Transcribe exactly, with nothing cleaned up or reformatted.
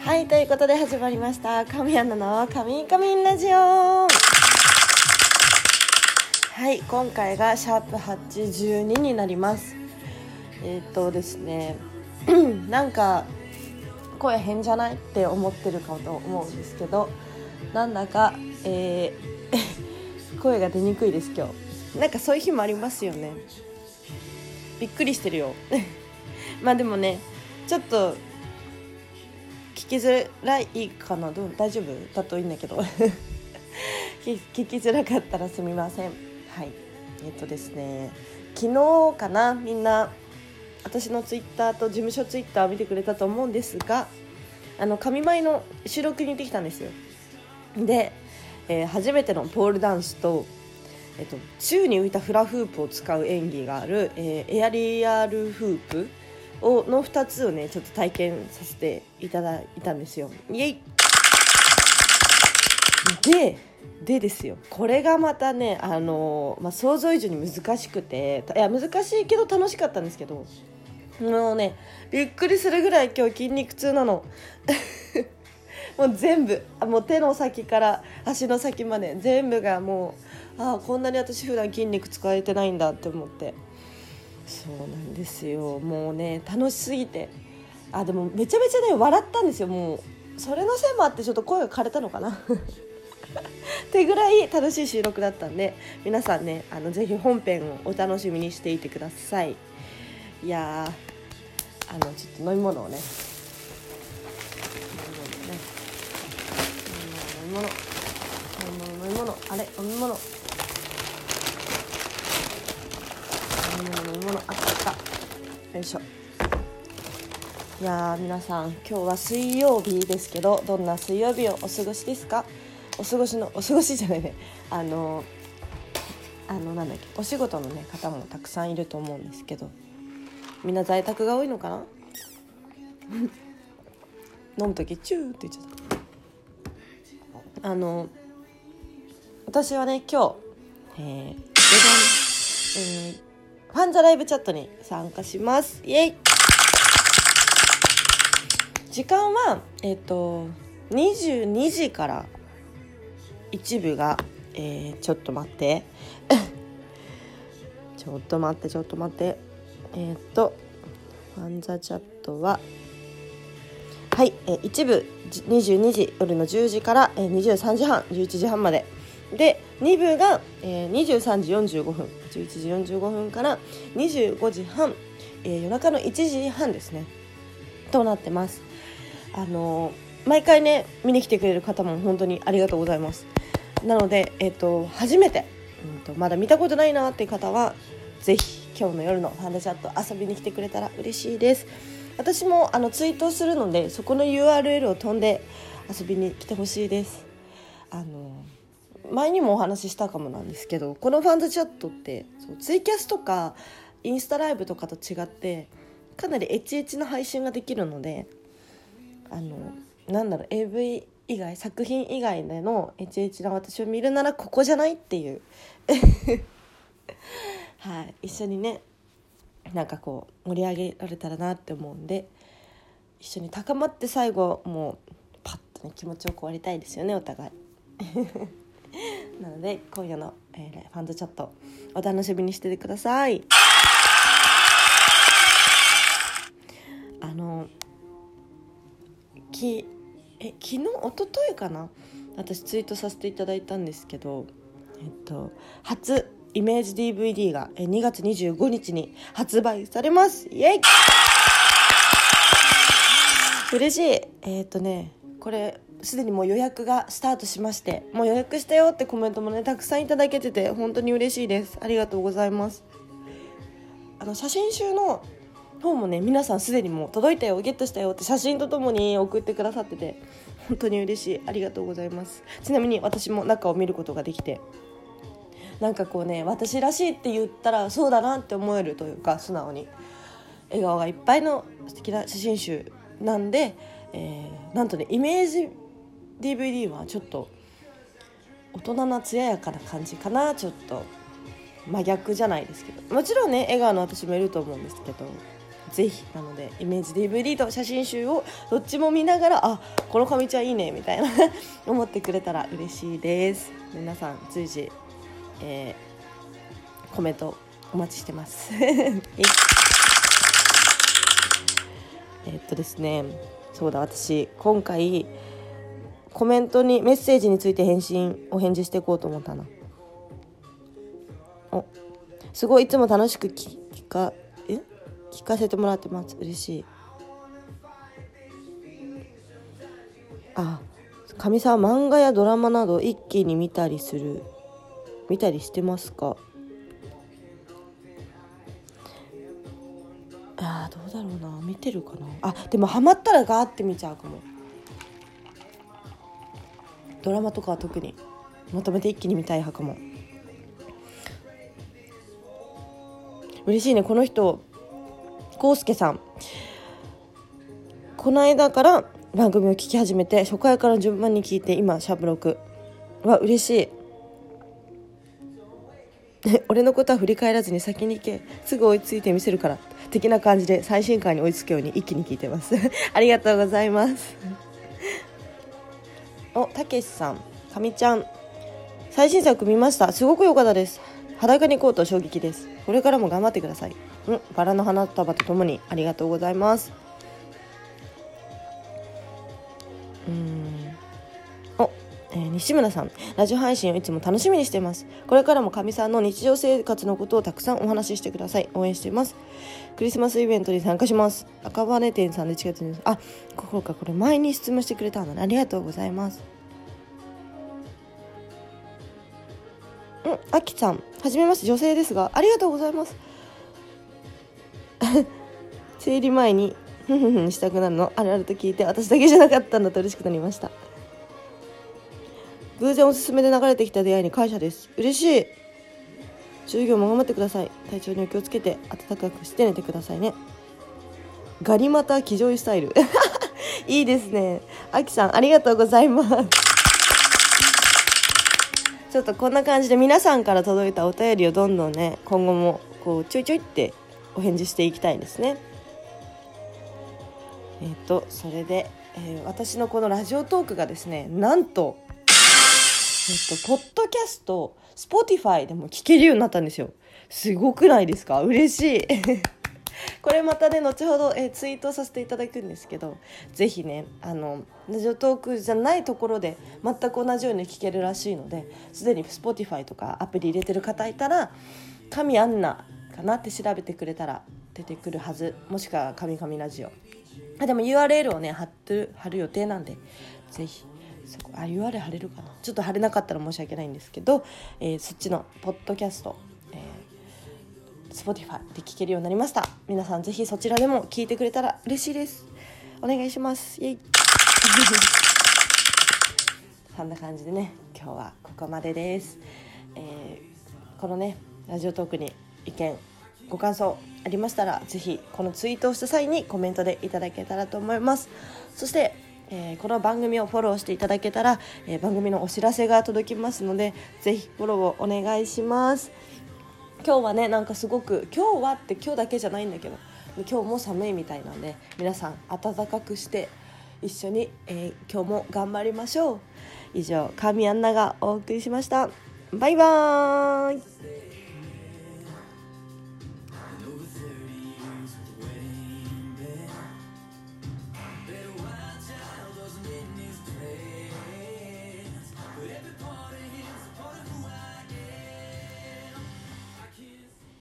はい、ということで始まりました神アナの神神ラジオ。はい、今回がシャープはちじゅうにになります。えっとですねなんか声変じゃないって思ってるかと思うんですけど、なんだか、えー、声が出にくいです今日。なんかそういう日もありますよね。びっくりしてるよまあでもね、ちょっと聞きづらいかな、どう大丈夫だといいんだけど聞, 聞きづらかったらすみません。はい、えっとですね昨日かな、みんな私のツイッターと事務所ツイッターを見てくれたと思うんですが、あの神舞の収録に行ってきたんですよ。で、えー、初めてのポールダンスと、えっと、宙に浮いたフラフープを使う演技がある、えー、エアリアルフープをのふたつをねちょっと体験させていただいたんですよ。イエイででですよ、これがまたね、あのーまあ、想像以上に難しくて、いや難しいけど楽しかったんですけど、もうねびっくりするぐらい今日筋肉痛なのもう全部、もう手の先から足の先まで全部がもう、ああこんなに私普段筋肉使えてないんだって思って。そうなんですよ、もうね楽しすぎて、あでもめちゃめちゃね笑ったんですよ。もうそれのせいもあってちょっと声が枯れたのかなってぐらい楽しい収録だったんで、皆さんねあのぜひ本編をお楽しみにしていてください。いやー、あのちょっと飲み物をね飲み物ね飲み物飲み物飲み物あれ飲み物飲み物飲み物あったあったよいしょ。いやー皆さん、今日は水曜日ですけど、どんな水曜日をお過ごしですか？お過ごしのお過ごしじゃないねあのあのなんだっけお仕事の、ね、方もたくさんいると思うんですけど、みんな在宅が多いのかな飲むときチューって言っちゃった。あの私はね今日、えーえー、ファンザライブチャットに参加します。イエイ。時間は、えー、とにじゅうにじから一部が、えー、ちょっと待ってちょっと待ってちょっと待ってえっ、ー、とファンザチャットははい、えー、一部にじゅうにじ夜のじゅうじから、えー、にじゅうさんじはんじゅういちじはんまでで、に部が、えー、にじゅうさんじよんじゅうごふんじゅういちじよんじゅうごふんからにじゅうごじはん、えー、夜中のいちじはんですねとなってます。あのー、毎回ね見に来てくれる方も本当にありがとうございます。なので、えー、と初めて、うん、とまだ見たことないなっていう方はぜひ今日の夜のファンザチャット遊びに来てくれたら嬉しいです。私もあのツイートするので、そこの ユーアールエル を飛んで遊びに来てほしいです。あの前にもお話ししたかもなんですけど、このファンザチャットってそうツイキャスとかインスタライブとかと違ってかなりエチエチな配信ができるので、あのなんだろう エーブイ 以外作品以外でのエチエチな私を見るならここじゃないっていうはい、一緒にねなんかこう盛り上げられたらなって思うんで、一緒に高まって最後もうパッとね気持ちよく終わりたいですよねお互いなので今夜の、えー、ファンザチャットお楽しみにしててください。あのきえ昨日一昨日かな、私ツイートさせていただいたんですけど、えっと初イメージ ディーブイディー がにがつにじゅうごにちに発売されます。イエイ嬉しい。えっとねこれすでにもう予約がスタートしまして、もう予約したよってコメントもねたくさんいただけてて本当に嬉しいです。ありがとうございます。あの写真集の方もね皆さんすでにもう届いたよゲットしたよって写真とともに送ってくださってて本当に嬉しい。ありがとうございます。ちなみに私も中を見ることができて、なんかこうね私らしいって言ったらそうだなって思えるというか、素直に笑顔がいっぱいの素敵な写真集なんで、えー、なんとねイメージ ディーブイディー はちょっと大人な艶やかな感じかな。ちょっと真逆じゃないですけど、もちろんね笑顔の私もいると思うんですけど、 ぜひなのでイメージ ディーブイディー と写真集をどっちも見ながら、あ、この上茶いいねみたいな思ってくれたら嬉しいです。皆さん随時、えー、コメントお待ちしてますえっとですねそうだ、私今回コメントにメッセージについて返信お返事していこうと思ったな。お、すごいいつも楽しく聞かえ聞かせてもらってます。嬉しい。あ、神さん、漫画やドラマなど一気に見たりする見たりしてますか？あー、どうだろうな、見てるかな。あ、でもハマったらガーって見ちゃうかも。ドラマとかは特にまとめて一気に見たい派かも。嬉しいね。この人コウスケさん、この間から番組を聞き始めて初回から順番に聞いて今シャープろくは嬉しい俺のことは振り返らずに先に行け、すぐ追いついてみせるから的な感じで最新回に追いつくように一気に聞いてますありがとうございますお、たけしさん、かみちゃん、最新作見ました。すごく良かったです。裸にコート衝撃です。これからも頑張ってください。うん、バラの花束とともにありがとうございます。うーんお、えー、西村さん、ラジオ配信をいつも楽しみにしています。これからもかみさんの日常生活のことをたくさんお話ししてください。応援しています。クリスマスイベントに参加します。赤羽店さんでいちがつに、あ、ここか、これ前に質問してくれたのね。ありがとうございます。うん、あきさん、はじめまして、女性ですがありがとうございます生理前にふふふしたくなるのあるあると聞いて、私だけじゃなかったんだと嬉しくなりました。偶然おすすめで流れてきた出会いに感謝です。嬉しい。授業も頑張ってください。体調にお気をつけて暖かくして寝てくださいね。ガリ股騎乗位スタイルいいですね。あきさん、ありがとうございます。ちょっとこんな感じで皆さんから届いたお便りをどんどんね、今後もこうちょいちょいってお返事していきたいですね。えーとそれで、えー、私のこのラジオトークがですね、なんとえっとポッドキャスト Spotify でも聞けるようになったんですよ。すごくないですか？嬉しいこれまたね、後ほど、えー、ツイートさせていただくんですけど、ぜひね、あのラジオトークじゃないところで全く同じように聞けるらしいので、すでに Spotify とかアプリ入れてる方いたら、神アンナかなって調べてくれたら出てくるはず。もしくは神々ラジオ、あ、でも ユーアールエル をね貼ってる貼る予定なんで、ぜひそこ、あ ユーアールエル 貼れるかな、ちょっと貼れなかったら申し訳ないんですけど、えー、そっちのポッドキャスト、えー、Spotify で聞けるようになりました。皆さんぜひそちらでも聞いてくれたら嬉しいです。お願いします。イエイそんな感じでね、今日はここまでです。えー、このねラジオトークに意見ご感想ありましたら、ぜひこのツイートをした際にコメントでいただけたらと思います。そして、えー、この番組をフォローしていただけたら、えー、番組のお知らせが届きますので、ぜひフォローをお願いします。今日はね、なんかすごく、今日はって今日だけじゃないんだけど、今日も寒いみたいなんで、皆さん暖かくして一緒に、えー、今日も頑張りましょう。以上、神アンナがお送りしました。バイバーイ。